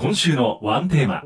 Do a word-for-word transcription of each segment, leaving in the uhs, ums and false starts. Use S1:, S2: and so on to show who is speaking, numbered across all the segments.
S1: 今週のワンテーマ。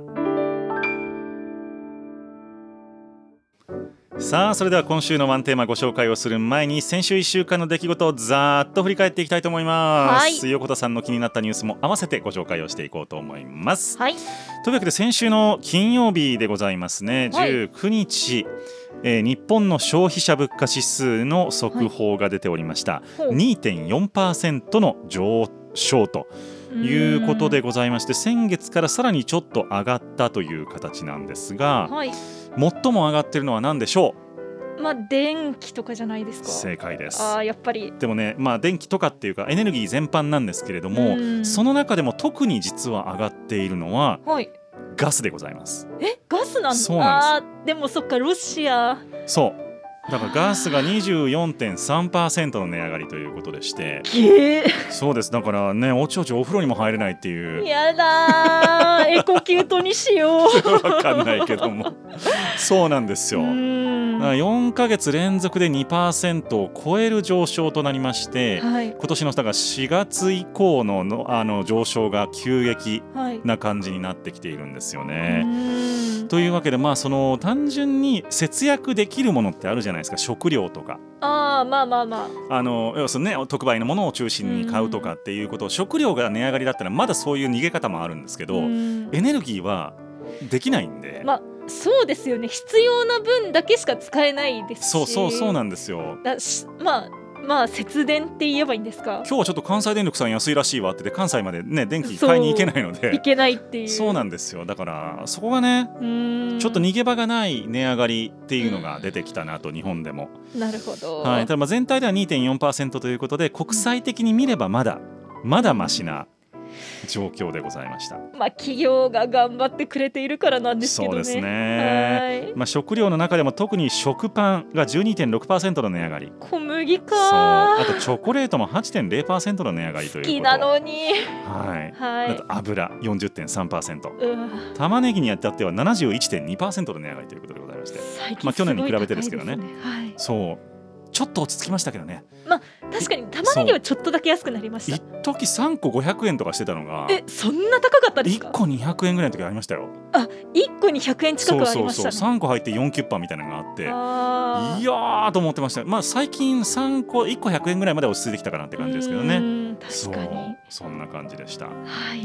S1: さあ、それでは今週のワンテーマご紹介をする前に、先週いっしゅうかんの出来事をざーっと振り返っていきたいと思います、はい、横田さんの気になったニュースも合わせてご紹介をしていこうと思います、はい、というわけで先週の金曜日でございますね、じゅうくにち、はい、えー、日本の消費者物価指数の速報が出ておりました、はい、にてんよんパーセント の上昇ということでございまして、先月からさらにちょっと上がったという形なんですが、はい、最も上がっているのは何でしょう？
S2: まあ、電気とかじゃないですか。
S1: 正解です。
S2: あ、やっぱり
S1: でもね、まあ、電気とかっていうかエネルギー全般なんですけれども、その中でも特に実は上がっているのは、はい、ガスでございます。
S2: え、ガスなんだ。
S1: そうなんです。
S2: あ、でもそっか、ロシア。
S1: そうだからガスが にじゅうよんてんさんパーセント の値上がりということでして、
S2: えー、
S1: そうです。だからね、おちおちお風呂にも入れないっていう。
S2: やだーエコキュートにしよう
S1: わかんないけどもそうなんですよ。よんかげつ連続で にパーセント を超える上昇となりまして、はい、今年のだからしがつ以降 の, の, あの上昇が急激な感じになってきているんですよね、はい、というわけで、まあ、その単純に節約できるものってあるじゃないですか。食料とか、
S2: あ、まあまあまあ、
S1: あの要するに、ね、特売のものを中心に買うとかっていうことを、食料が値上がりだったらまだそういう逃げ方もあるんですけど、エネルギーはできないんで、
S2: まあそうですよね。必要な分だけしか使えないですし。
S1: そうそうそうなんですよ。
S2: だし、まあまあ節電って言えばいいんですか。
S1: 今日はちょっと関西電力さん安いらしいわってで、関西までね電気買いに行けないので、
S2: 行けないっていう。そう
S1: なんですよ。だからそこがね、ちょっと逃げ場がない値上がりっていうのが出てきたなと、日本でも。
S2: なるほど、
S1: はい、ただまあ全体では にてんよんパーセント ということで、国際的に見ればまだまだマシな状況でございました。
S2: まあ、企業が頑張ってくれているからなんですけどね。
S1: そうですね。はい、まあ、食料の中でも特に食パンが じゅうにてんろくパーセント の値上がり。
S2: 小麦か。
S1: そう、あとチョコレートも はちてんゼロパーセント の値上がりということ。
S2: 好きなのに、
S1: はいはい、あと油 よんじゅってんさんパーセント、
S2: うん、
S1: 玉ねぎにあたっては ななじゅういってんにパーセント の値上がりということでございまして、まあ、去年に比べてですけどね、はい、そうちょっと落ち着きましたけどね。まあ、
S2: 確かに玉ねぎはちょっとだけ安くなりました。
S1: 一時さんこごひゃくえんとかしてたのが、
S2: え、そんな高かったですか？
S1: いっこにひゃくえんぐらいの時ありましたよ。
S2: あ、いっこにひゃくえん近くありましたね。そうそうそう、
S1: さんこ入ってよんキュッパみたいなのがあって、あ、いやーと思ってました。まあ、最近さんこいっこひゃくえんぐらいまで落ち着いてきたかなって感じですけどね。
S2: 確かに
S1: そ, そんな感じでした、はい、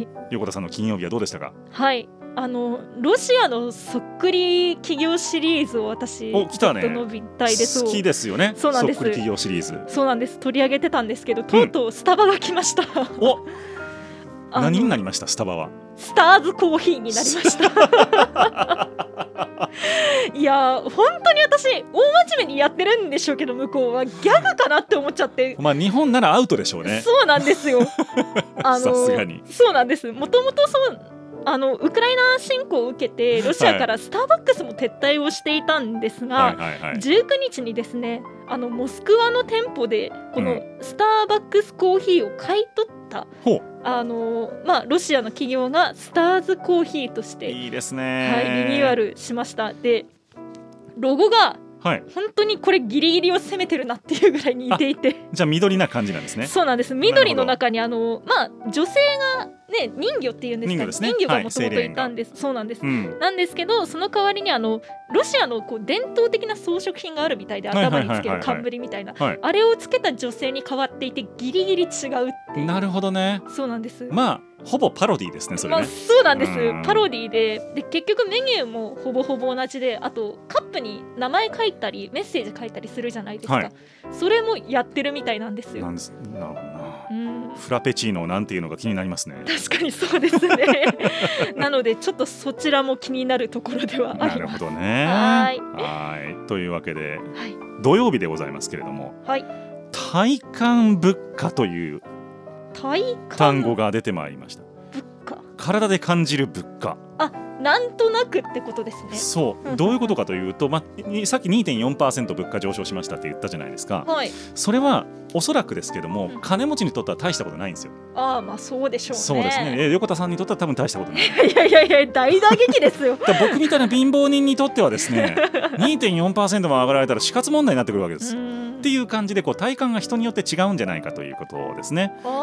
S1: 横田さんの金曜日はどうでしたか？
S2: はい、あのロシアのそっくり企業シリーズを私
S1: お来た、ね、
S2: ちょっと伸びたいです。
S1: 好きですよね。
S2: そうなんです。
S1: そっくり企業シリーズ、
S2: そうなんです。取り上げてたんですけど、とうとうスタバが来ました、うん、
S1: お何になりました？スタバは
S2: スターズコーヒーになりましたいや本当に私大真面目にやってるんでしょうけど、向こうはギャグかなって思っちゃって、
S1: まあ日本ならアウトでしょうね。
S2: そうなんですよ
S1: さすがに
S2: そうなんです。もともとそうあのウクライナ侵攻を受けてロシアからスターバックスも撤退をしていたんですが、はいはいはいはい、じゅうくにちにですね、あのモスクワの店舗でこのスターバックスコーヒーを買い取った、うん、あのまあ、ロシアの企業がスターズコーヒーとして
S1: いいですね、
S2: はい、リニューアルしました。でロゴがはい、本当にこれギリギリを攻めてるなっていうぐらいに似ていて、
S1: じゃあ緑な感じなんですね。
S2: そうなんです。緑の中にあの、まあ、女性が、ね、人魚っていうんですか、人魚ですね、人魚がもともといたんです、はい、そうなんです、うん、なんですけど、その代わりにあのロシアのこう伝統的な装飾品があるみたいで、頭につける冠みたいな、はい、あれをつけた女性に変わっていてギリギリ違うっていう。
S1: なるほどね。
S2: そうなんです。
S1: まあほぼパロディですね、それね。
S2: まあ、そうなんです。パロディで、で結局メニューもほぼほぼ同じで、あとカップに名前書いたりメッセージ書いたりするじゃないですか、はい、それもやってるみたいなんですよ。
S1: なんですなるほどな、うん、フラペチーノなんていうのが気になりますね。
S2: 確かにそうですねなのでちょっとそちらも気になるところではあります。
S1: なるほどね。
S2: はい
S1: はいというわけで、
S2: はい、
S1: 土曜日でございますけれども、
S2: はい、
S1: 体感物価という単語が出てまいりました。
S2: 物価、
S1: 体で感じる物価。
S2: あ、なんとなくってことですね。
S1: そうどういうことかというと、まあ、さっき にてんよんパーセント 物価上昇しましたって言ったじゃないですか、はい、それはおそらくですけども、うん、金持ちにとっては大したことないんですよ。
S2: ああ、まあそうでしょうね。
S1: そうですね。横田さんにとっては多分大したことない。
S2: いやいやいや大打撃ですよ
S1: 僕みたいな貧乏人にとってはですねにてんよんパーセント も上がられたら死活問題になってくるわけです。っていう感じでこう体感が人によって違うんじゃないかということですね。
S2: あ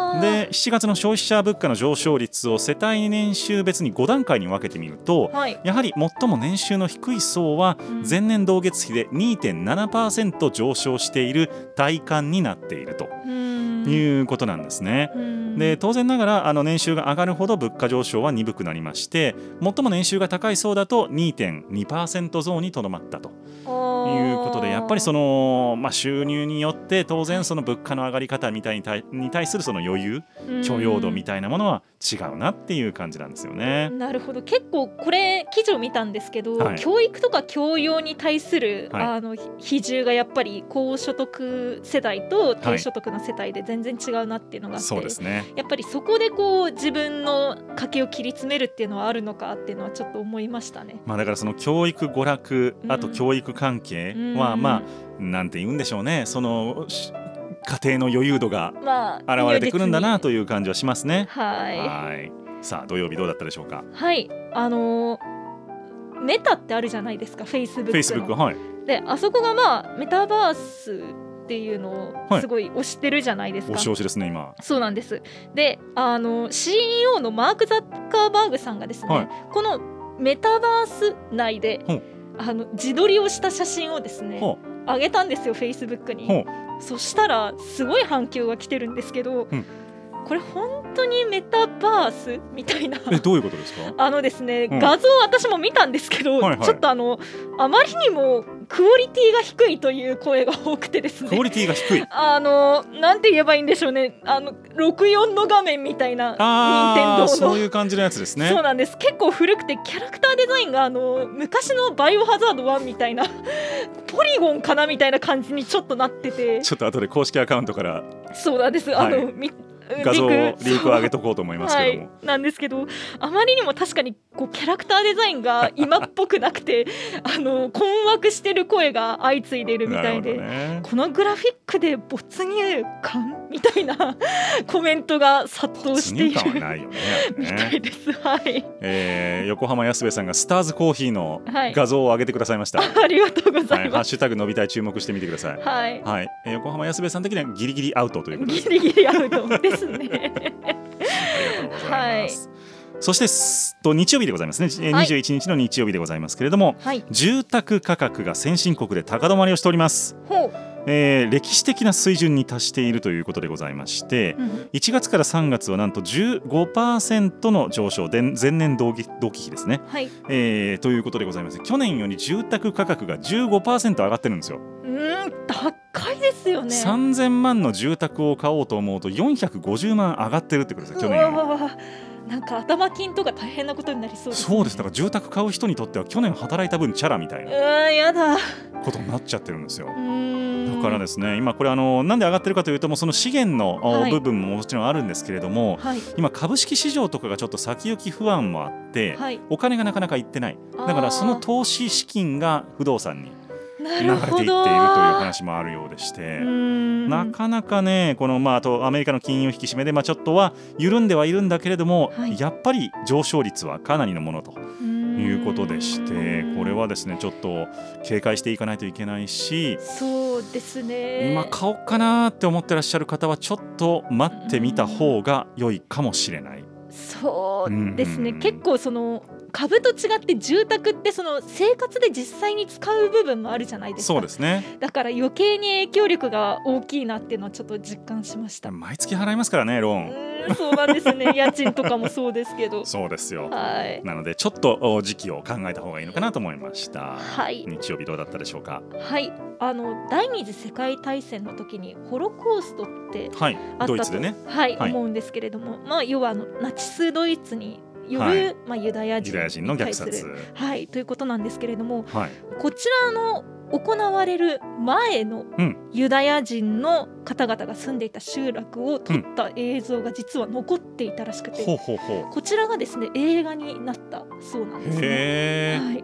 S1: でしちがつの消費者物価の上昇率を世帯年収別にご段階に分けてみると、はい、やはり最も年収の低い層は前年同月比で にてんななパーセント 上昇している体感になっているということなんですね。で当然ながらあの年収が上がるほど物価上昇は鈍くなりまして、最も年収が高い層だと にてんにパーセント 増にとどまったということで、やっぱりその、まあ、収入によって当然その物価の上がり方みたいに対に対するその余裕、許容度みたいなものは違うなっていう感じなんですよね。
S2: なるほど。結構これ記事を見たんですけど、はい、教育とか教養に対する、はい、あの比重がやっぱり高所得世代と低所得の世帯で全然違うなっていうのがあって、はい、そうですね、やっぱりそこでこう自分の家計を切り詰めるっていうのはあるのかっていうのはちょっと思いましたね。
S1: まあ、だからその教育娯楽、あと教育関係は、うん、まあなんて言うんでしょうね、その家庭の余裕度が現れてくるんだなという感じはしますね。
S2: はい、
S1: はい。さあ土曜日どうだったでしょうか。
S2: はい、あのー、メタってあるじゃないですか、フェイスブックの。
S1: フェイスブック、はい。
S2: であそこがまあメタバースっていうのをすごい推してるじゃないですか。
S1: 推し推しですね今。
S2: そうなんです。であの シーイーオー のマーク・ザッカーバーグさんがですね、はい、このメタバース内であの自撮りをした写真をですね上げたんですよ、フェイスブックに。そしたらすごい反響が来てるんですけど、うん、これ本当にメタバースみたいな。
S1: えどういうことですか。
S2: あのですね、うん、画像私も見たんですけど、はいはい、ちょっとあのあまりにもクオリティが低いという声が多くてですね。
S1: クオリティが低い。
S2: あのなんて言えばいいんでしょうね。あのろくじゅうよんの画面みたいな、
S1: 任天堂のそういう感じのやつですね。
S2: そうなんです。結構古くてキャラクターデザインがあの昔のバイオハザードワンみたいなポリゴンかなみたいな感じにちょっとなってて。
S1: ちょっと後で公式アカウントから。
S2: そうなんです。あの、はい、み
S1: 画像リンクを上げとこうと思いますけども、はい、
S2: なんですけど、あまりにも確かにこうキャラクターデザインが今っぽくなくてあの困惑してる声が相次いでるみたいで、ね、このグラフィックで没入感みたいなコメントが殺到している
S1: 没入感はないよね
S2: みたいです。はい、
S1: えー、横浜安部さんがスターズコーヒーの画像を上げてくださいました、
S2: はい、ありがとうございます、はい、
S1: ハッシュタグ伸びたい注目してみてください。
S2: はい、
S1: はい、えー、横浜安部さん的にはギリギリアウトということです。
S2: ギリギリアウトですねありがと
S1: うございます、はい。そしてと日曜日でございますね、はい、にじゅういちにちの日曜日でございますけれども、はい、住宅価格が先進国で高止まりをしております。ほう、えー、歴史的な水準に達しているということでございまして、うん、いちがつからさんがつはなんと じゅうごパーセント の上昇で前年同期、同期比ですね、はい、えー、ということでございます。去年より住宅価格が じゅうごパーセント 上がってるんですよ。
S2: うん、高いですよね。
S1: さんぜんまんの住宅を買おうと思うとよんひゃくごじゅうまん上がってるってことですよ、去年より。
S2: なんか頭金とか大変なことになりそうですね。
S1: そうです。だから住宅買う人にとっては去年働いた分チャラみたいな
S2: やだ
S1: ことになっちゃってるんですよ。だからですね、今これあのなんで上がってるかというと、もうその資源の、はい、部分ももちろんあるんですけれども、はい、今株式市場とかがちょっと先行き不安もあって、はい、お金がなかなかいってない。だからその投資資金が不動産に流れていっているという話もあるようでして、なかなかね、このまああとアメリカの金融引き締めでまあちょっとは緩んではいるんだけれども、はい、やっぱり上昇率はかなりのものということでして、これはですねちょっと警戒していかないといけないし、
S2: そうですね、
S1: 今買おうかなって思ってらっしゃる方はちょっと待ってみた方が良いかもしれない。
S2: そうですね、結構その株と違って住宅ってその生活で実際に使う部分もあるじゃないですか。
S1: そうですね。
S2: だから余計に影響力が大きいなっていうのはちょっと実感しました。
S1: 毎月払いますからね、ローン。
S2: うん、そうなんですね家賃とかもそうですけど
S1: そうですよ、
S2: はい、
S1: なのでちょっと時期を考えた方がいいのかなと思いました、
S2: はい、
S1: 日曜日どうだったでしょうか。
S2: はい、あの第二次世界大戦の時にホロコーストってあったと、
S1: はい、ドイツでね、
S2: はい、はい、思うんですけれども、まあ、要はあのナチスドイツによる、はい、まあ、ユダヤ人に対する、はい、ということなんですけれども、はい、こちらの行われる前のユダヤ人の方々が住んでいた集落を撮った映像が実は残っていたらしくて、うん、ほうほうほう、こちらがですね映画になったそうなんですね。へー、はい、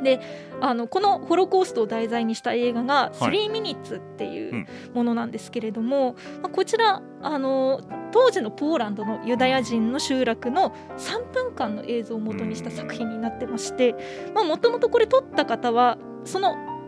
S2: であのこのホロコーストを題材にした映画がスリーミニッツっていうものなんですけれども、はい、まあ、こちらあの当時のポーランドのユダヤ人の集落のさんぷんかんの映像を元にした作品になってまして、もともとこれ撮った方はその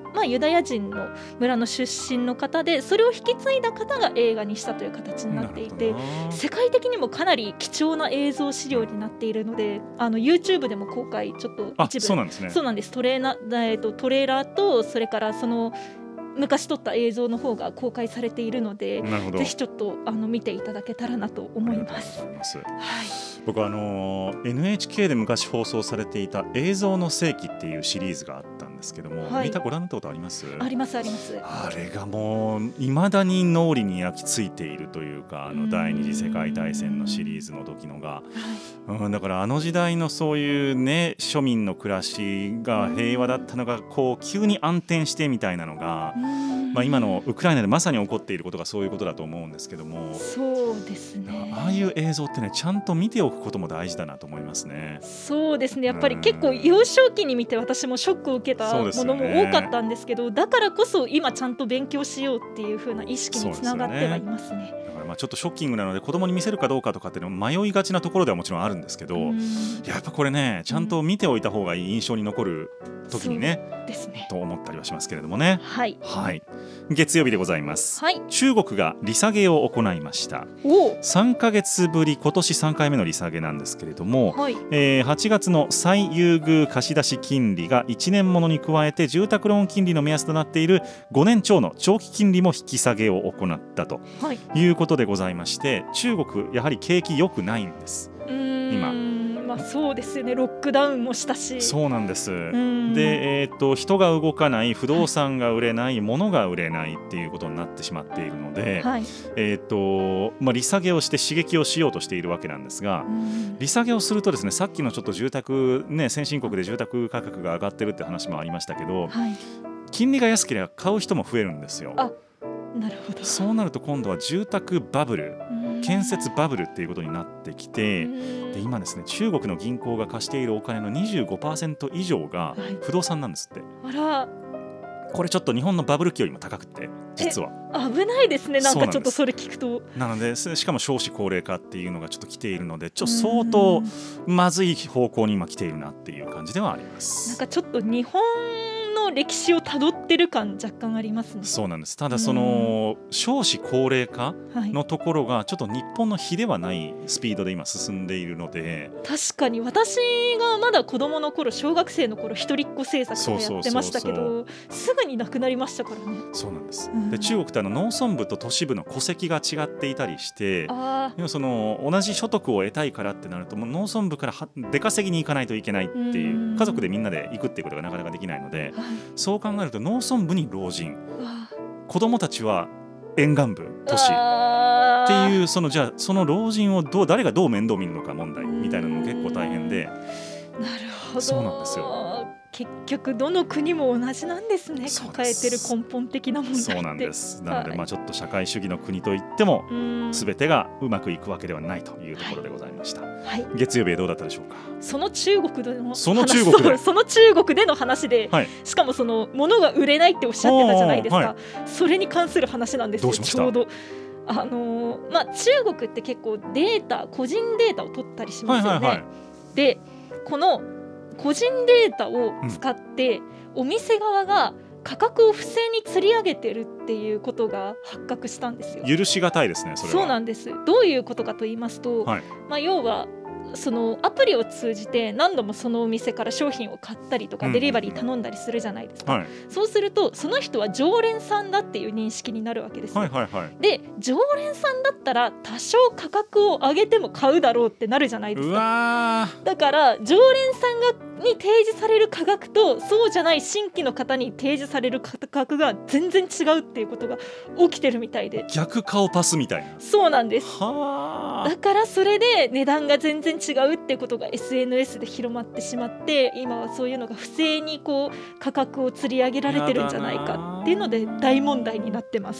S2: まあ、ユダヤ人の村の出身の方で、それを引き継いだ方が映画にしたという形になっていて、世界的にもかなり貴重な映像資料になっているので、あの YouTube でも公開ちょっと一部、
S1: そうなんですね。
S2: そうなんです。トレーナ、えーと、トレーラーとそれからその昔撮った映像の方が公開されているので、ぜひちょっとあの見ていただけたらなと思います。
S1: はい、僕はあの エヌエイチケー で昔放送されていた映像の世紀っていうシリーズがあったんですけども、はい、見たご覧になったことあります？
S2: ありますあります。
S1: あれがもう未だに脳裏に焼き付いているというか、あの第二次世界大戦のシリーズの時のが、はい、うん、だからあの時代のそういうね庶民の暮らしが平和だったのがこう急に暗転してみたいなのが、まあ、今のウクライナでまさに起こっていることがそういうことだと思うんですけども、
S2: そうですね、
S1: ああいう映像ってねちゃんと見ておくことも大事だなと思いますね。
S2: そうですね、やっぱり結構幼少期に見て私もショックを受けたものも多かったんですけど、ね、だからこそ今ちゃんと勉強しようっていう風な意識につながってはいますね。
S1: だからまあちょっとショッキングなので子供に見せるかどうかとかっていうのも迷いがちなところではもちろんあるんですけど、やっぱこれねちゃんと見ておいた方がいい、印象に残る時にね、
S2: ですね
S1: と思ったりはしますけれどもね。
S2: はい、
S1: はい、月曜日でございます、
S2: はい、
S1: 中国が利下げを行いました。さんかげつぶり、今年さんかいめの利下げなんですけれども、はい、えー、はちがつの最優遇貸出金利がいちねんものに加えて住宅ローン金利の目安となっているごねん超の長期金利も引き下げを行ったということでございまして、中国やはり景気良くないんです。今
S2: まあ、そうですよね、ロックダウンもしたし。
S1: そうなんです。で、えー、と人が動かない、不動産が売れない、物が売れないっていうことになってしまっているので、はい、えーとまあ、利下げをして刺激をしようとしているわけなんですが、利下げをするとですね、さっきのちょっと住宅、ね、先進国で住宅価格が上がってるって話もありましたけど、はい、金利が安ければ買う人も増えるんですよ。
S2: あ、なるほど。
S1: そうなると今度は住宅バブル、建設バブルっていうことになってきて、で今ですね、中国の銀行が貸しているお金の にじゅうごパーセント 以上が不動産なんですって、はい、あら、これちょっと日本のバブル期よりも高くて、実は
S2: 危ないですね。なんかちょっとそれ聞くと、
S1: なのでしかも少子高齢化っていうのがちょっと来ているので、ちょっと相当まずい方向に今来ているなっていう感じではあります。
S2: なんかちょっと日本の歴史をたどってる感若干ありますね。
S1: そうなんです。ただその少子高齢化のところがちょっと日本の比ではないスピードで今進んでいるので、
S2: 確かに私がまだ子供の頃、小学生の頃一人っ子政策をやってましたけど、すぐになくなりましたからね。
S1: そうなんです。で中国ってあの農村部と都市部の戸籍が違っていたりして、要はその同じ所得を得たいからってなると、もう農村部から出稼ぎに行かないといけないっていう、家族でみんなで行くっていうことがなかなかできないので、そう考えると農村部に老人、子供たちは沿岸部、都市っていう、そのじゃあその老人をどう誰がどう面倒見るのか問題みたいなのも結構大変で。
S2: なるほど。
S1: そうなんですよ。
S2: 結局どの国も同じなんですね。抱えてる根本的な問題って。
S1: そうなんです。なので、はい、まあちょっと社会主義の国といっても全てがうまくいくわけではないというところでございました、はいはい、月曜日どうだったでしょうか。
S2: その中国での
S1: その中国で
S2: その中国での話で、はい、しかもその物が売れないっておっしゃってたじゃないですか、はい、それに関する話なんですよ。ちょうどあのーまあ、中国って結構データ、個人データを取ったりしますよね、はいはいはい、でこの個人データを使ってお店側が価格を不正に釣り上げてるっていうことが発覚したんですよ。
S1: 許しがたいですね。それは
S2: そうなんです。どういうことかと言いますと、はい、まあ、要はそのアプリを通じて何度もそのお店から商品を買ったりとか、うん、デリバリー頼んだりするじゃないですか、はい、そうするとその人は常連さんだっていう認識になるわけですよ、はいはいはい、で常連さんだったら多少価格を上げても買うだろうってなるじゃないですか。
S1: うわ
S2: だから常連さんがに提示される価格とそうじゃない新規の方に提示される価格が全然違うっていうことが起きてるみたいで、
S1: 逆顔パスみたいな。
S2: そうなんです。はだからそれで値段が全然違うってことが エスエヌエス で広まってしまって、今はそういうのが不正にこう価格を釣り上げられてるんじゃないかっていうので大問題になってます。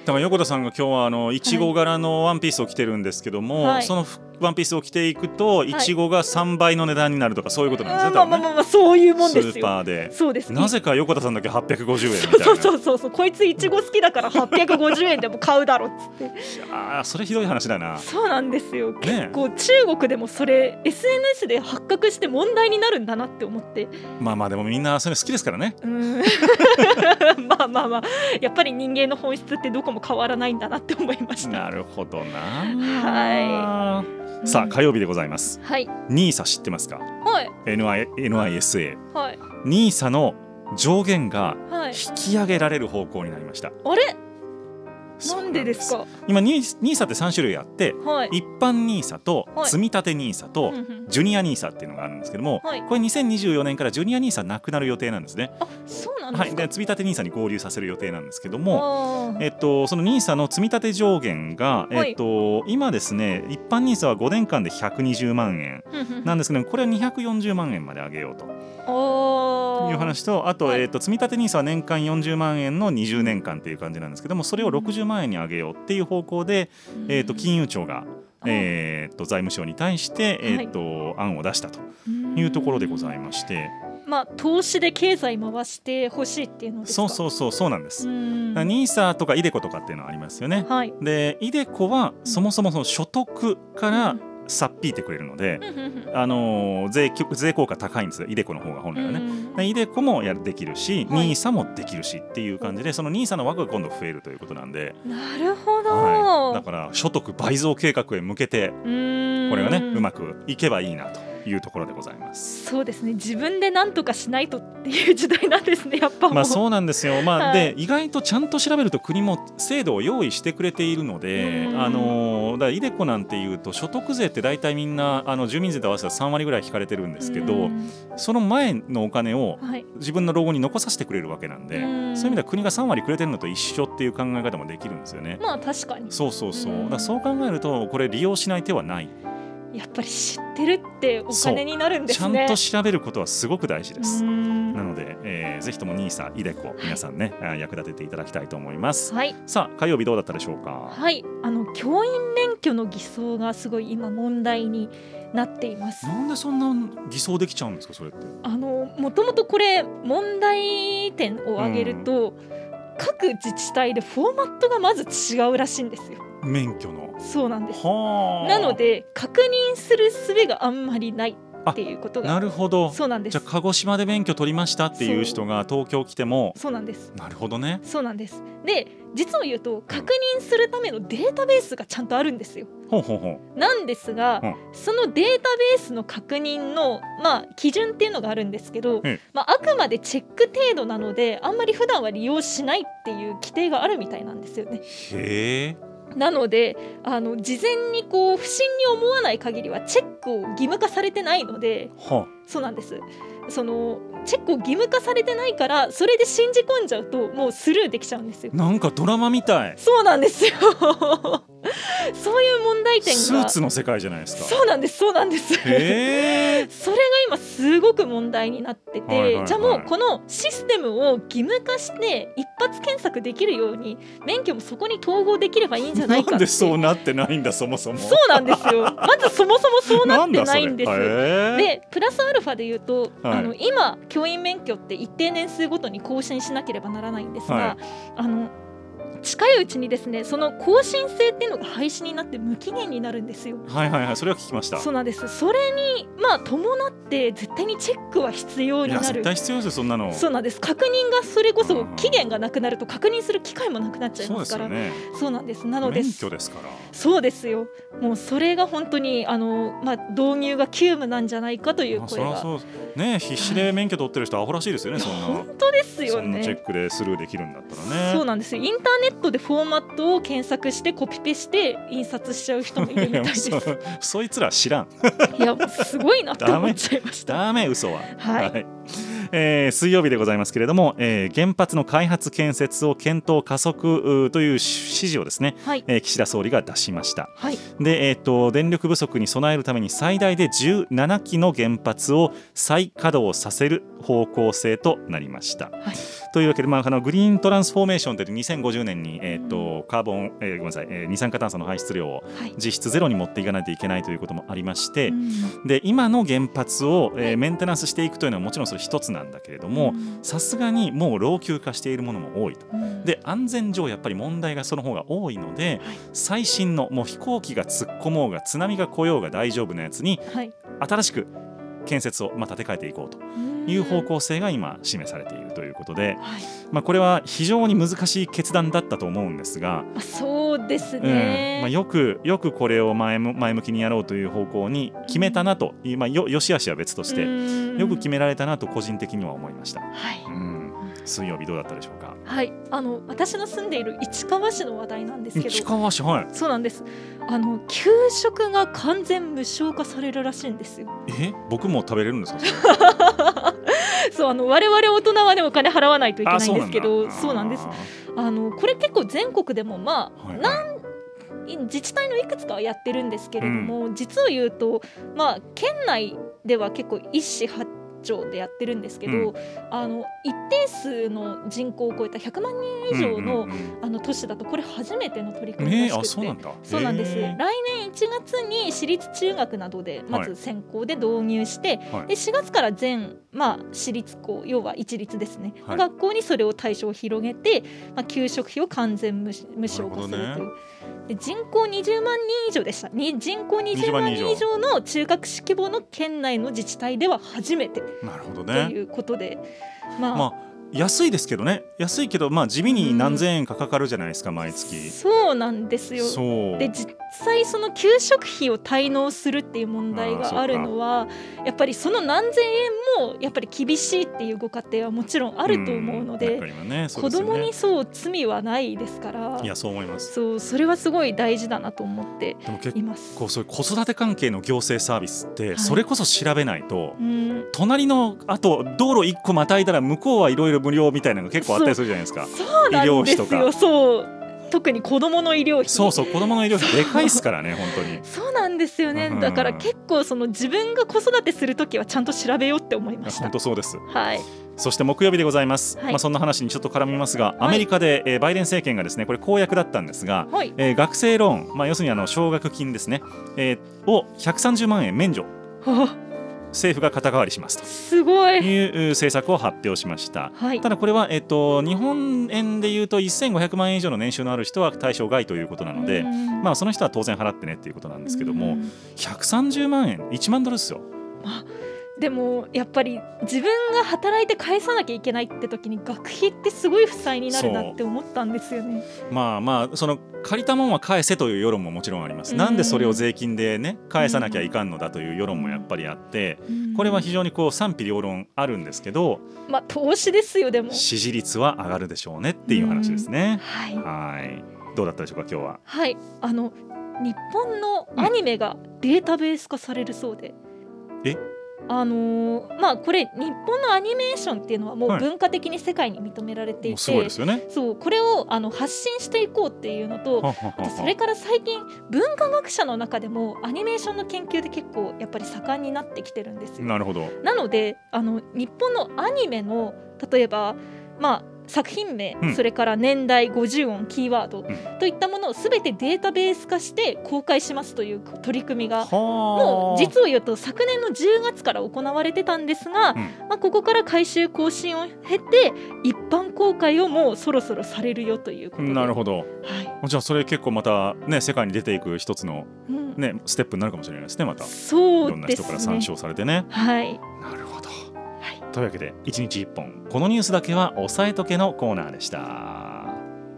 S1: だから横田さんが今日はあのいちご柄のワンピースを着てるんですけども、はい、そのワンピースを着ていくといちごがさんばいの値段になるとかそういうことなんですね。
S2: まあまあまあまあそういうもんですよ。
S1: スーパーで。
S2: そうです。
S1: なぜか横田さんだけはっぴゃくごじゅうえんみたいな。
S2: そうそうそうそう、こいついちご好きだからはっぴゃくごじゅうえんでも買うだろっつって。
S1: ああ、それひどい話だな。
S2: そうなんですよ。結構中国でもそれ エスエヌエス で発覚して問題になるんだなって思って。
S1: まあまあでもみんなそれ好きですからね。
S2: うんまあまあまあやっぱり人間の本質ってどこも変わらないんだなって思いました。
S1: なるほどな。
S2: はい。
S1: さあ火曜日でございます。
S2: はい。
S1: ニーサ知ってますか？
S2: はい。
S1: エヌアイエスエー。
S2: はい。
S1: ニーサの上限が引き上げられる方向になりました。
S2: あれ？なんでですか？
S1: 今ニーサってさん種類あって、はい、一般ニーサと積み立てニーサとジュニアニーサっていうのがあるんですけども、はい、これにせんにじゅうよねんからジュニアニーサなくなる予定なんですね。
S2: あ、そうなんですか？
S1: はい、で積み立てニーサに合流させる予定なんですけども、えっと、そのニーサの積み立て上限が、えっと、今ですね一般ニーサはごねんかんでひゃくにじゅうまんえんなんですけども、これはにひゃくよんじゅうまんえんまで上げようという話と、あと、はい、えっと、積み立てニーサは年間よんじゅうまんえんのにじゅうねんかんっていう感じなんですけども、それをろくじゅうまんえんに上げようっていう方向で、えっと、金融庁が、えっと、財務省に対して、えっと、案を出したというところでございまして、
S2: まあ、投資で経済回してほしいっていうのですか？
S1: そうそうそうそうなんです。ニーサとかイデコとかっていうのはありますよね。はい、でイデコはそもそもその所得からさっぴいてくれるので、あのー、税, 税効果高いんですよ、イデコの方が本来はね。イデコもやできるし、はい、ニーサもできるしっていう感じで、そのニーサの枠が今度増えるということなんで。
S2: なるほど、
S1: はい、だから所得倍増計画へ向けてこれがねうまくいけばいいなというところでございます。
S2: そうですね、自分で何とかしないとっていう時代なんですね、やっぱもう。
S1: まあそうなんですよ。まあ、はい、で意外とちゃんと調べると国も制度を用意してくれているので、あのだからイデコなんていうと所得税って大体みんなあの住民税と合わせたらさんわりぐらい引かれてるんですけど、その前のお金を自分の老後に残させてくれるわけなんで、はい、そういう意味では国がさんわりくれてるのと一緒っていう考え方もできるんですよね。
S2: まあ確かに。
S1: そうそうそう。だからそう考えるとこれ利用しない手はない。
S2: やっぱり知ってるってお金になるんですね。
S1: ちゃんと調べることはすごく大事です。なので、えー、ぜひともニーサ、イデコ皆さんね、はい、役立てていただきたいと思います。はい、さあ火曜日どうだったでしょうか？
S2: はい、あの教員免許の偽装がすごい今問題になっています。
S1: なんでそんな偽装できちゃうんですか、それって？
S2: あのもともとこれ問題点を挙げると、うん、各自治体でフォーマットがまず違うらしいんですよ、
S1: 免許の。
S2: そうなんです。なので確認する術があんまりないっていうことが。
S1: なるほど。
S2: そうなんです。
S1: じゃあ鹿児島で免許取りましたっていう人が東京来ても。
S2: そうなんです。
S1: なるほどね。
S2: そうなんです。で実を言うと確認するためのデータベースがちゃんとあるんですよ。
S1: ほうほうほう。
S2: なんですが、うん、そのデータベースの確認の、まあ、基準っていうのがあるんですけど、まあ、あくまでチェック程度なのであんまり普段は利用しないっていう規定があるみたいなんですよね。
S1: へー。
S2: なのであの事前にこう不審に思わない限りはチェックを義務化されてないので、はあ、そうなんです。そのチェックを義務化されてないからそれで信じ込んじゃうともうスルーできちゃうんですよ。
S1: なんかドラマみたい。
S2: そうなんですよそういう問題点が
S1: スーツの世界じゃないですか。
S2: そうなんですそうなんです
S1: へ
S2: それが今すごく問題になってて、はいはいはい、じゃあもうこのシステムを義務化して一発検索できるように免許もそこに統合できるばいいんじゃないかって。
S1: なんでそうなってないんだそもそも。
S2: そうなんですよ。まずそもそもそうなってないんです。でプラスアルファで言うと、はい、あの今教員免許って一定年数ごとに更新しなければならないんですが、はい、あの近いうちにですねその更新制っていうのが廃止になって無期限になるんですよ。
S1: はいはいはい、それは聞きました。
S2: そうなんです。それにまあ伴って絶対にチェックは必要になる。いや
S1: 絶対必要ですよそんなの。
S2: そうなんです。確認がそれこそ期限がなくなると確認する機会もなくなっちゃいますから。そうですよね。そうなんです。なので
S1: 免許ですから。
S2: そうですよ。もうそれが本当にあの、まあ、導入が急務なんじゃないかという声が。
S1: そうそうね、必死で免許取ってる人はアホらしいですよね。そんな
S2: 本当ですよね。
S1: そんなチェックでスルーできるんだったらね。
S2: そうなんですよ。インターネットでフォーマットを検索してコピペして印刷しちゃう人もいるみたいですそ,
S1: そいつら知らん
S2: いやすごいなって思っちゃいました。
S1: ダメ嘘は、
S2: はい、はい、
S1: えー、水曜日でございますけれども、えー、原発の開発建設を検討加速という指示をですね、はい、えー、岸田総理が出しました、はい、で、えーと、電力不足に備えるために最大でじゅうななきの原発を再稼働させる方向性となりました、はい、 というわけで、まあ、あのグリーントランスフォーメーションというにせんごじゅうねんに、えー、とカーボン、えー、ごめんなさい、えー、二酸化炭素の排出量を実質ゼロに持っていかないといけないということもありまして、うん、で今の原発を、えー、メンテナンスしていくというのはもちろんそれ一つなんだけれども、さすがにもう老朽化しているものも多いと、うん、で安全上やっぱり問題がその方が多いので、はい、最新のもう飛行機が突っ込もうが津波が来ようが大丈夫なやつに、はい、新しく建設をまあ建て替えていこうという方向性が今示されているということで、はい、まあ、これは非常に難しい決断だったと思うんですが、
S2: そうですね、
S1: うん、まあ、よくよくこれを前む前向きにやろうという方向に決めたなと、うん、まあ、よ, よし悪しは別としてよく決められたなと個人的には思いました、はい、うん、水曜日どうだったでしょうか。
S2: はい、あの私の住んでいる市川市の話題なんですけど、
S1: 市川市、はい、
S2: そうなんです。あの給食が完全無償化されるらしいんですよ。
S1: え、僕も食べれるんですか？
S2: そう、あの我々大人はねお金払わないといけないんですけど、そうなんです。あのこれ結構全国でもまあ、はいはい、なん自治体のいくつかはやってるんですけれども、うん、実を言うと、まあ、県内では結構一市八町でやってるんですけど、うん、あの一定数の人口を超えたひゃくまんにん以上 の,、うんうんうん、あの都市だとこれ初めての取り組みらしくて、えー、あ、そうなんだ。そうなんです。来年いちがつに私立中学などでまず先行で導入して、はい、でしがつから全、まあ、私立校、要は一律ですね、はい、学校にそれを対象を広げて、まあ、給食費を完全 無, 無償化するという、ね、で人口にじゅうまんにん以上でした。人口にじゅうまんにん以上の中核市規模の県内の自治体では初めて、なるほどね、ということで、まあ、まあ安いですけどね、安いけど、まあ、地味に何千円かかかるじゃないですか、うん、毎月。そうなんですよ。そうで実際その給食費を滞納するっていう問題があるのは、やっぱりその何千円もやっぱり厳しいっていうご家庭はもちろんあると思うので、うんね、子供にそう罪はないですから。いや、そう思います。そう、それはすごい大事だなと思っています。でも結構そういう子育て関係の行政サービスってそれこそ調べないと、はい、うん、隣のあと道路いっこまたいだら向こうはいろいろ無料みたいなのが結構あったりするじゃないですか。そうなんですよ。医療費とか。そう特に子どもの医療費、そうそう、子どもの医療費でかいですからね本当に。そうなんですよね。だから結構その自分が子育てするときはちゃんと調べようって思いました。本当そうです、はい。そして木曜日でございます、はい、まあ、そんな話にちょっと絡みますが、アメリカで、えー、バイデン政権がですね、これ公約だったんですが、はい、えー、学生ローン、まあ、要するにあの奨学金ですね、えー、をひゃくさんじゅうまんえん免除、はあ、政府が肩代わりしますとすごいいう政策を発表しました、はい、ただこれは、えっと、日本円でいうとせんごひゃくまんえん以上の年収のある人は対象外ということなので、まあ、その人は当然払ってねっていうことなんですけども、ひゃくさんじゅうまんえん、いちまんドルですよ。あ、でもやっぱり自分が働いて返さなきゃいけないって時に学費ってすごい負債になるなって思ったんですよね。まあまあ、その借りたもんは返せという世論ももちろんあります。なんでそれを税金でね返さなきゃいかんのだという世論もやっぱりあって、これは非常にこう賛否両論あるんですけど、まあ投資ですよ。でも支持率は上がるでしょうねっていう話ですね。はい、はい、どうだったでしょうか今日は。はい、あの日本のアニメがデータベース化されるそうで、うん、えあのーまあ、これ日本のアニメーションっていうのはもう文化的に世界に認められていて、はい、すごいですよね。そうこれをあの発信していこうっていうのと、ははははあとそれから最近文化学者の中でもアニメーションの研究で結構やっぱり盛んになってきてるんですよ。なるほど。なのであの日本のアニメの例えばまあ作品名、うん、それから年代、ごじゅうおん、キーワード、うん、といったものをすべてデータベース化して公開しますという取り組みがもう実を言うと昨年のじゅうがつから行われてたんですが、うん、まあ、ここから改修更新を経て一般公開をもうそろそろされるよということで。なるほど、はい、じゃあそれ結構また、ね、世界に出ていく一つの、ね、うん、ステップになるかもしれないですね。またそうですね、いろんな人から参照されてね。はい、なるほど。というわけでいちにちいっぽんこのニュースだけは押さえとけのコーナーでした。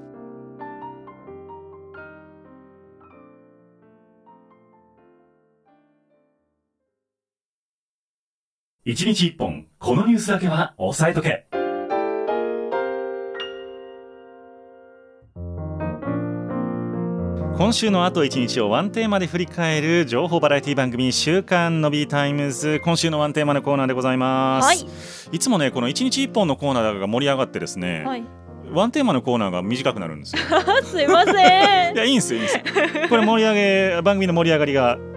S2: いちにちいっぽんこのニュースだけは押さえとけ。今週のあといちにちをワンテーマで振り返る情報バラエティ番組週刊のビータイムズ、今週のワンテーマのコーナーでございます、はい、いつもねこのいちにちいっぽんのコーナーが盛り上がってですね、はい、ワンテーマのコーナーが短くなるんですよすいませんいやいいんですよいいんですよこれ盛り上げ番組の盛り上がりが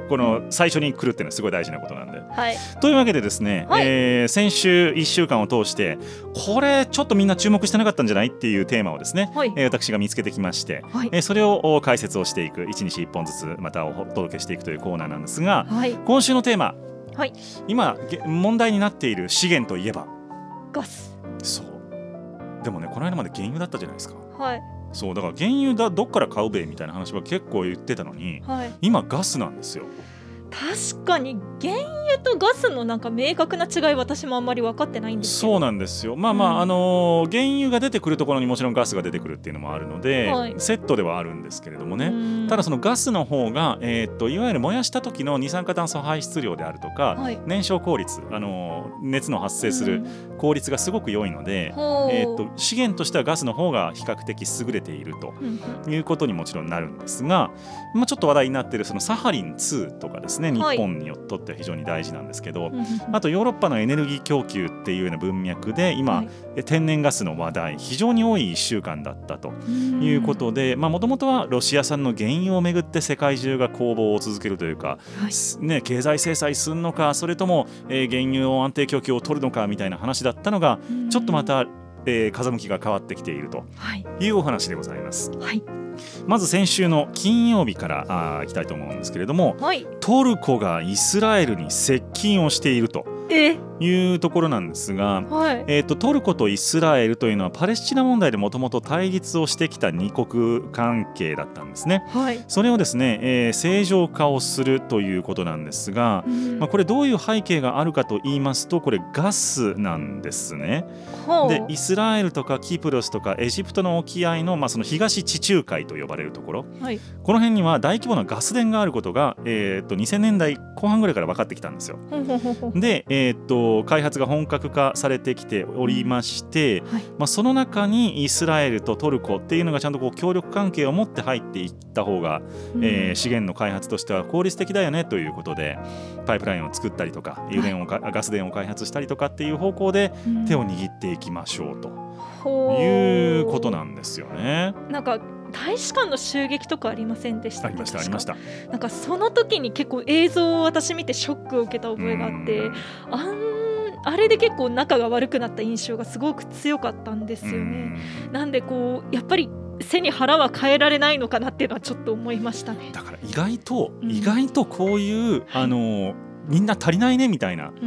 S1: この最初に来るっていうのはすごい大事なことなんで、
S2: はい、
S1: というわけでですね、はい、えー、先週いっしゅうかんを通してこれちょっとみんな注目してなかったんじゃないっていうテーマをですね、はい、えー、私が見つけてきまして、はい、えー、それを解説をしていくいちにちいっぽんずつまたお届けしていくというコーナーなんですが、はい、今週のテーマ、はい、今問題になっている資源といえば
S2: ガス。
S1: そうでもね、この間まで原油だったじゃないですか。
S2: はい、
S1: そうだから原油だどっから買うべみたいな話は結構言ってたのに、はい、今ガスなんですよ。
S2: 確かに原油とガスのなんか明確な違い私もあんまり分かってないんですけど。
S1: そうなんですよ。まあまあ、うん、あのー、原油が出てくるところにもちろんガスが出てくるっていうのもあるので、はい、セットではあるんですけれどもね。ただそのガスの方が、えー、っといわゆる燃やした時の二酸化炭素排出量であるとか、はい、燃焼効率、あのー、熱の発生する効率がすごく良いので、えー、っと資源としてはガスの方が比較的優れているということにもちろんなるんですが、まあ、ちょっと話題になっているそのサハリンツーとかですね、日本にとっては非常に大事なんですけど、はい、あとヨーロッパのエネルギー供給っていうような文脈で今、はい、天然ガスの話題非常に多いいっしゅうかんだったということで、もともとはロシア産の原油をめぐって世界中が攻防を続けるというか、はいね、経済制裁するのかそれとも、えー、原油を安定供給を取るのかみたいな話だったのがちょっとまた、えー、風向きが変わってきているというお話でございます。はい、まず先週の金曜日からあいきたいと思うんですけれども、はい、トルコがイスラエルに接近をしているというところなんですが、はい、えーと、トルコとイスラエルというのはパレスチナ問題でもともと対立をしてきた二国関係だったんですね。はい、それをですね、えー、正常化をするということなんですが、うん、まあ、これどういう背景があるかと言いますと、これガスなんですね。でイスラエルとかキプロスとかエジプトの沖合の、まあ、その東地中海と呼ばれるところ、はい、この辺には大規模なガス田があることが、えー、とにせんねんだいこう半ぐらいから分かってきたんですよ。で、えー、と開発が本格化されてきておりまして、はい、まあ、その中にイスラエルとトルコっていうのがちゃんとこう協力関係を持って入っていった方が、うん、えー、資源の開発としては効率的だよねということでパイプラインを作ったりとか油田を、はい、ガス田を開発したりとかっていう方向で手を握っていきましょうと、うん、いうことなんですよね。
S2: なんか大使館の襲撃とかありませんでした？
S1: ありましたありました。
S2: なんかその時に結構映像を私見てショックを受けた覚えがあって、あんあれで結構仲が悪くなった印象がすごく強かったんですよね。なんでこうやっぱり背に腹は変えられないのかなっていうのはちょっと思いましたね。
S1: だから意外と、うん、意外とこういう、あのみんな足りないねみたいな、うん、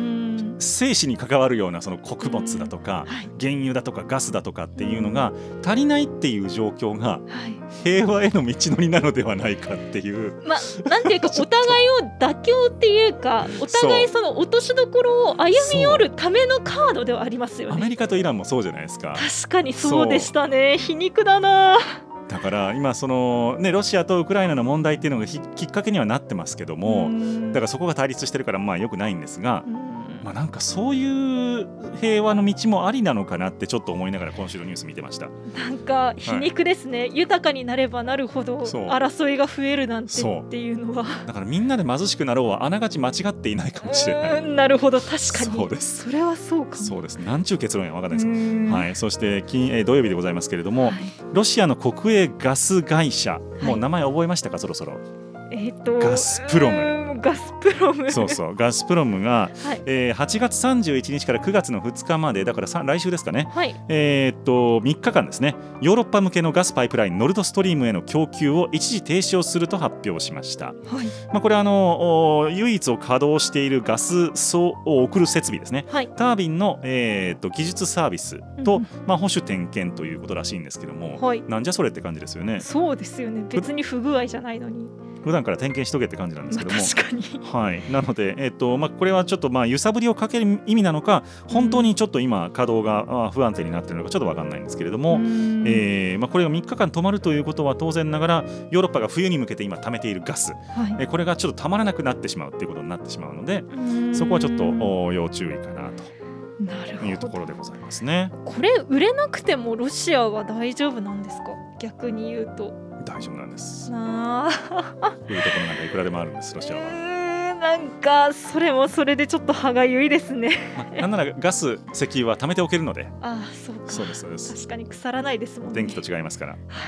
S1: 生死に関わるようなその穀物だとか、うんはい、原油だとかガスだとかっていうのが足りないっていう状況が平和への道のりなのではないかっていう、
S2: まあ、なんていうかお互いを妥協っていうかお互いその落としどころを歩み寄るためのカードではありますよね。
S1: アメリカとイランもそうじゃないですか。
S2: 確かにそうでしたね。皮肉だな。
S1: だから今その、ね、ロシアとウクライナの問題っていうのがきっかけにはなってますけども、だからそこが対立してるからまあ良くないんですが、まあ、なんかそういう平和の道もありなのかなってちょっと思いながら今週のニュース見てました。
S2: なんか皮肉ですね、はい、豊かになればなるほど争いが増えるなんてっていうのは
S1: だからみんなで貧しくなろうはあながち間違っていないかもしれない。
S2: なるほど、確かに
S1: そうです。
S2: それはそうかも。
S1: そうです。なんちゅう結論や分かんないです、はい、そして金、えー、土曜日でございますけれども、はい、ロシアの国営ガス会社、もう名前覚えましたか、そろそろ。えー、とガスプロム
S2: ガスプロム
S1: そうそうガスプロムが、はい、えー、はちがつさんじゅういちにちからくがつのふつかまでだからさ来週ですかね、はい、えー、とみっかかんですね、ヨーロッパ向けのガスパイプラインノルドストリームへの供給を一時停止をすると発表しました。はい、まあ、これはあの唯一を稼働しているガスを送る設備ですね、はい、タービンの、えー、と技術サービスと、うん、まあ、保守点検ということらしいんですけども、はい、なんじゃそれって感じですよね。
S2: そうですよね。別に不具合じゃないのに
S1: 普段から点検しとけって感じなんですけども、
S2: まあ、確かに、
S1: はい、なので、えーとまあ、これはちょっとまあ揺さぶりをかける意味なのか本当にちょっと今稼働が不安定になっているのかちょっと分かんないんですけれども、えーまあ、これがみっかかん止まるということは当然ながらヨーロッパが冬に向けて今貯めているガス、はい、えー、これがちょっとたまらなくなってしまうということになってしまうので、そこはちょっと要注意かなとなるほどいうところでございますね。
S2: これ売れなくてもロシアは大丈夫なんですか？逆に言うと
S1: 大丈夫なんです。
S2: あ
S1: 売るところなんかいくらでもあるんです、ロシアは。
S2: なんかそれもそれでちょっと歯がゆいですね、
S1: まあ、なんならガス石油は貯めておけるので。
S2: ああ、そうか。
S1: そうですそうです。
S2: 確かに腐らないですもんね。
S1: 電気と違いますから。
S2: はい。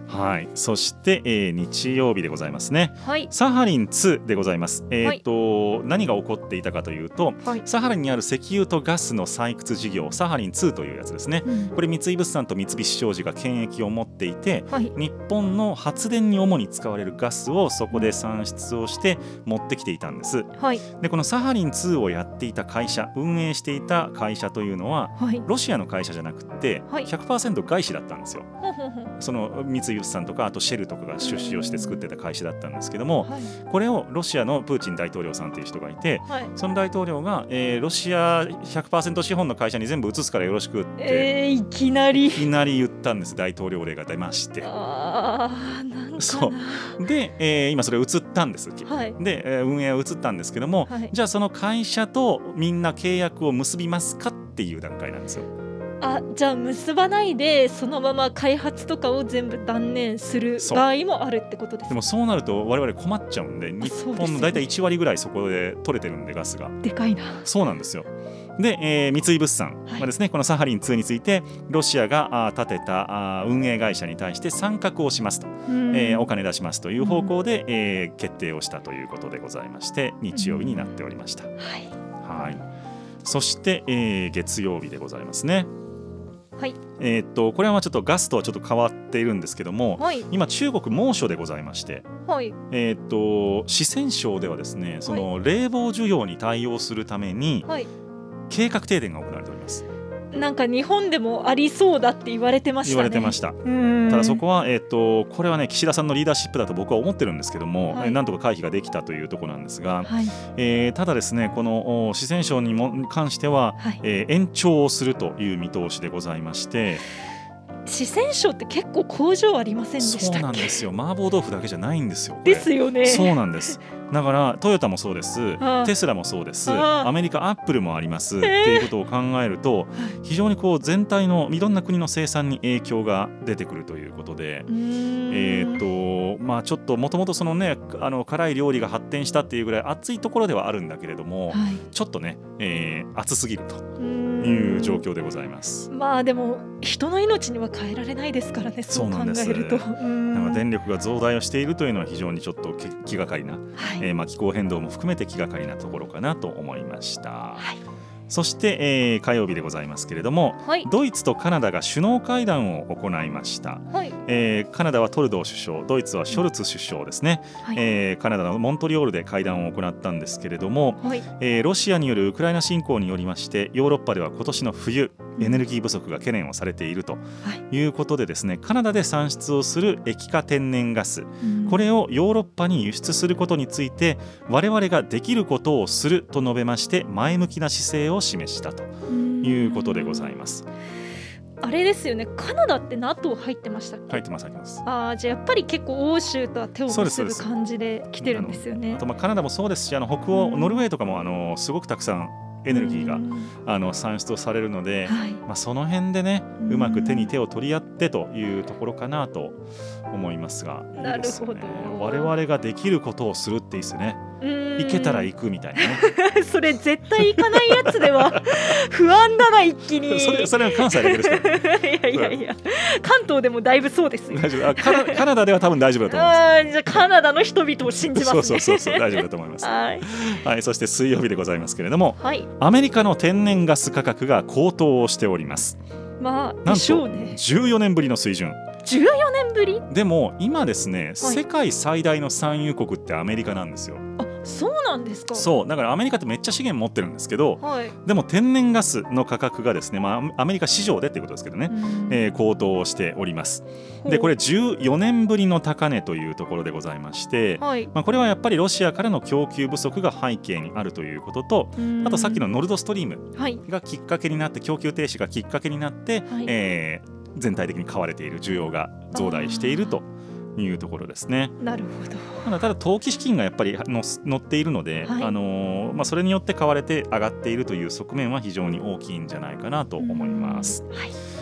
S1: はい、そして、えー、日曜日でございますね、
S2: はい、
S1: サハリンツーでございます。えーとはい、何が起こっていたかというと、はい、サハリンにある石油とガスの採掘事業サハリンツーというやつですね、うん、これ三井物産と三菱商事が権益を持っていて、はい、日本の発電に主に使われるガスをそこで産出をして持ってきていたんです、はい、でこのサハリンツーをやっていた会社、運営していた会社というのは、はい、ロシアの会社じゃなくて ひゃくパーセント 外資だったんですよ、はい、その三井物産とかあとシェルとかが出資をして作ってた会社だったんですけども、はい、これをロシアのプーチン大統領さんという人がいて、はい、その大統領が、えー、ロシア ひゃくパーセント 資本の会社に全部移すからよろしくって、
S2: えー、いきなりい
S1: きなり言ったんです。大統領令が出まして、
S2: あーなんかな
S1: そうで、えー、今それ移ったんです、はい、で、えー、運営は移ったんですけども、はい、じゃあその会社とみんな契約を結びますかっていう段階なんですよ。
S2: あ、じゃあ結ばないでそのまま開発とかを全部断念する場合もあるってことですか。
S1: でもそうなると我々困っちゃうんで、日本のだいたいいちわりぐらいそこで取れてるんで、ガスが
S2: でかいな。
S1: そうなんですよ。で、えー、三井物産はですね、はい、このサハリンツーについてロシアが建てた運営会社に対して参画をしますと、えー、お金出しますという方向で、えー、決定をしたということでございまして、日曜日になっておりました、はいはい、そして、えー、月曜日でございますね。はい、えー、っとこれはちょっとガスとはちょっと変わっているんですけども、はい、今中国猛暑でございまして、はい、えー、っと四川省ではですね、その冷房需要に対応するために、はい、計画停電が行われております。
S2: なんか日本でもありそうだって言われてましたね。
S1: 言われてました。ただそこは、えー、とこれはね岸田さんのリーダーシップだと僕は思ってるんですけども、はい、なんとか回避ができたというところなんですが、はい、えー、ただですねこの四川省にも関しては、はい、えー、延長をするという見通しでございまして、
S2: 四川省って結構工場ありませんでしたっけ。
S1: そうなんですよ。麻婆豆腐だけじゃないんですよ。
S2: ですよね。
S1: そうなんです。だからトヨタもそうです、テスラもそうです、アメリカアップルもありますっていうことを考えると、非常にこう全体のいろんな国の生産に影響が出てくるということで、えーとまあ、ちょっともともとそのねあの辛い料理が発展したっていうぐらい暑いところではあるんだけれども、はい、ちょっとね、えー、暑すぎるという状況でございます。
S2: まあでも人の命には変えられないですからね、そう考えると。だから
S1: 電力が増大をしているというのは非常にちょっと気がかりな、はい、えーまあ、気候変動も含めて気がかりなところかなと思いました、はい、そして、えー、火曜日でございますけれども、はい、ドイツとカナダが首脳会談を行いました、はい、えー、カナダはトルドー首相、ドイツはショルツ首相ですね、はい、えー、カナダのモントリオールで会談を行ったんですけれども、はい、えー、ロシアによるウクライナ侵攻によりましてヨーロッパでは今年の冬エネルギー不足が懸念をされているということでですね、カナダで産出をする液化天然ガス、これをヨーロッパに輸出することについて我々ができることをすると述べまして前向きな姿勢を示したということでございます。
S2: あれですよね、カナダって ナトー 入ってましたっけ。
S1: 入ってます入ってます。
S2: あ、じゃあやっぱり結構欧州とは手を結ぶ感じで来てるんですよね。
S1: あ, あとまあカナダもそうですし、あの北欧ノルウェーとかもあのすごくたくさんエネルギーがあの産出をされるので、はい、まあ、その辺でねうまく手に手を取り合ってというところかなと思いますが、いいですよね。我々ができることをするっていいですよね。行けたら行くみたいなね
S2: それ絶対行かないやつでは不安だな、一気に。
S1: それ、それは関西だけですか
S2: いやいやいや、関東でもだいぶそうですよ。
S1: 大丈夫。あ、カナ、カナダでは多分大丈夫だと思います。
S2: あ、じゃあカナダの人々を信じますね。
S1: そうそうそうそう、大丈夫だと思います
S2: はい、
S1: はい、そして水曜日でございますけれども、はい、ア
S2: ア
S1: メリカの天然ガス価格が高騰をしております。
S2: まあ、でしょうね。
S1: なんとじゅうよねんぶりの水準。
S2: じゅうよねんぶり
S1: でも今ですね、はい、世界最大の産油国ってアメリカなんですよ。
S2: あ、そうなんですか。
S1: そうだからアメリカってめっちゃ資源持ってるんですけど、はい、でも天然ガスの価格がですね、まあ、アメリカ市場でっていうことですけどね、えー、高騰しております。でこれじゅうよねんぶりの高値というところでございまして、はい、まあ、これはやっぱりロシアからの供給不足が背景にあるということと、あとさっきのノルドストリームがきっかけになって、供給停止がきっかけになって、はい、えー全体的に買われている、需要が増大しているというところですね。
S2: なるほど。
S1: ただ、ただ投機資金がやっぱりの乗っているので、はい、あのーまあ、それによって買われて上がっているという側面は非常に大きいんじゃないかなと思います。はい、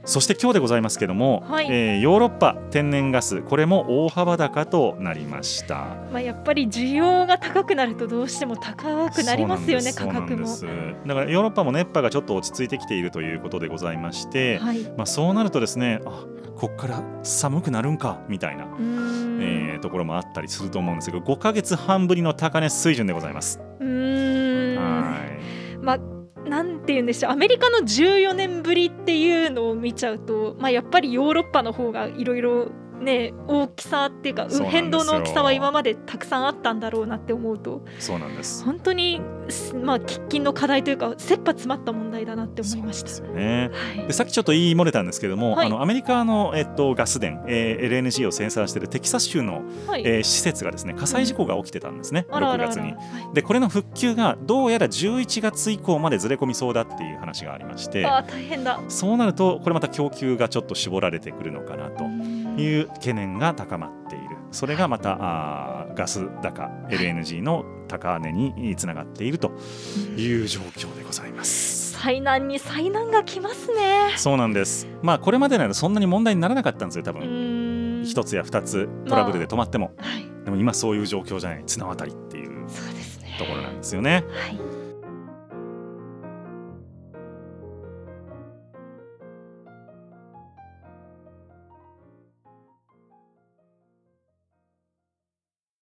S1: そして今日でございますけども、はい、えー、ヨーロッパ天然ガスこれも大幅高となりました。
S2: まあ、やっぱり需要が高くなるとどうしても高くなりますよね、価格も。
S1: だからヨーロッパも熱波がちょっと落ち着いてきているということでございまして、はい、まあ、そうなるとですね、あ、こっから寒くなるんかみたいな、えー、ところもあったりすると思うんですけど、ごかげつはんぶりの高値水準でございます。
S2: うーん、はい、まあなんて言うんでしょう、アメリカのじゅうよねんぶりっていうのを見ちゃうと、まあ、やっぱりヨーロッパの方がいろいろね、大きさっていうか変動の大きさは今までたくさんあったんだろうなって思うと、
S1: そうなんです、
S2: 本当に、まあ、喫緊の課題というか切羽詰まった問題だなって思いました。
S1: そうですよね、はい、でさっきちょっと言い漏れたんですけども、はい、あのアメリカの、えっと、ガス田、えー、エルエヌジー を生産しているテキサス州の、はい、えー、施設がですね火災事故が起きてたんですね、うん、ろくがつに。でこれの復旧がどうやらじゅういちがつ以降までずれ込みそうだっていう話がありまして、
S2: あ、大変だ。
S1: そうなるとこれまた供給がちょっと絞られてくるのかなという懸念が高まっている。それがまたあガス高 エルエヌジー の高値につながっているという状況でございます。
S2: 災難に災難が来ますね。
S1: そうなんです。まあこれまでならそんなに問題にならなかったんですよ、多分一つや二つトラブルで止まっても、まあ、はい、でも今そういう状況じゃない、綱渡りっていうところなんですよね。はい。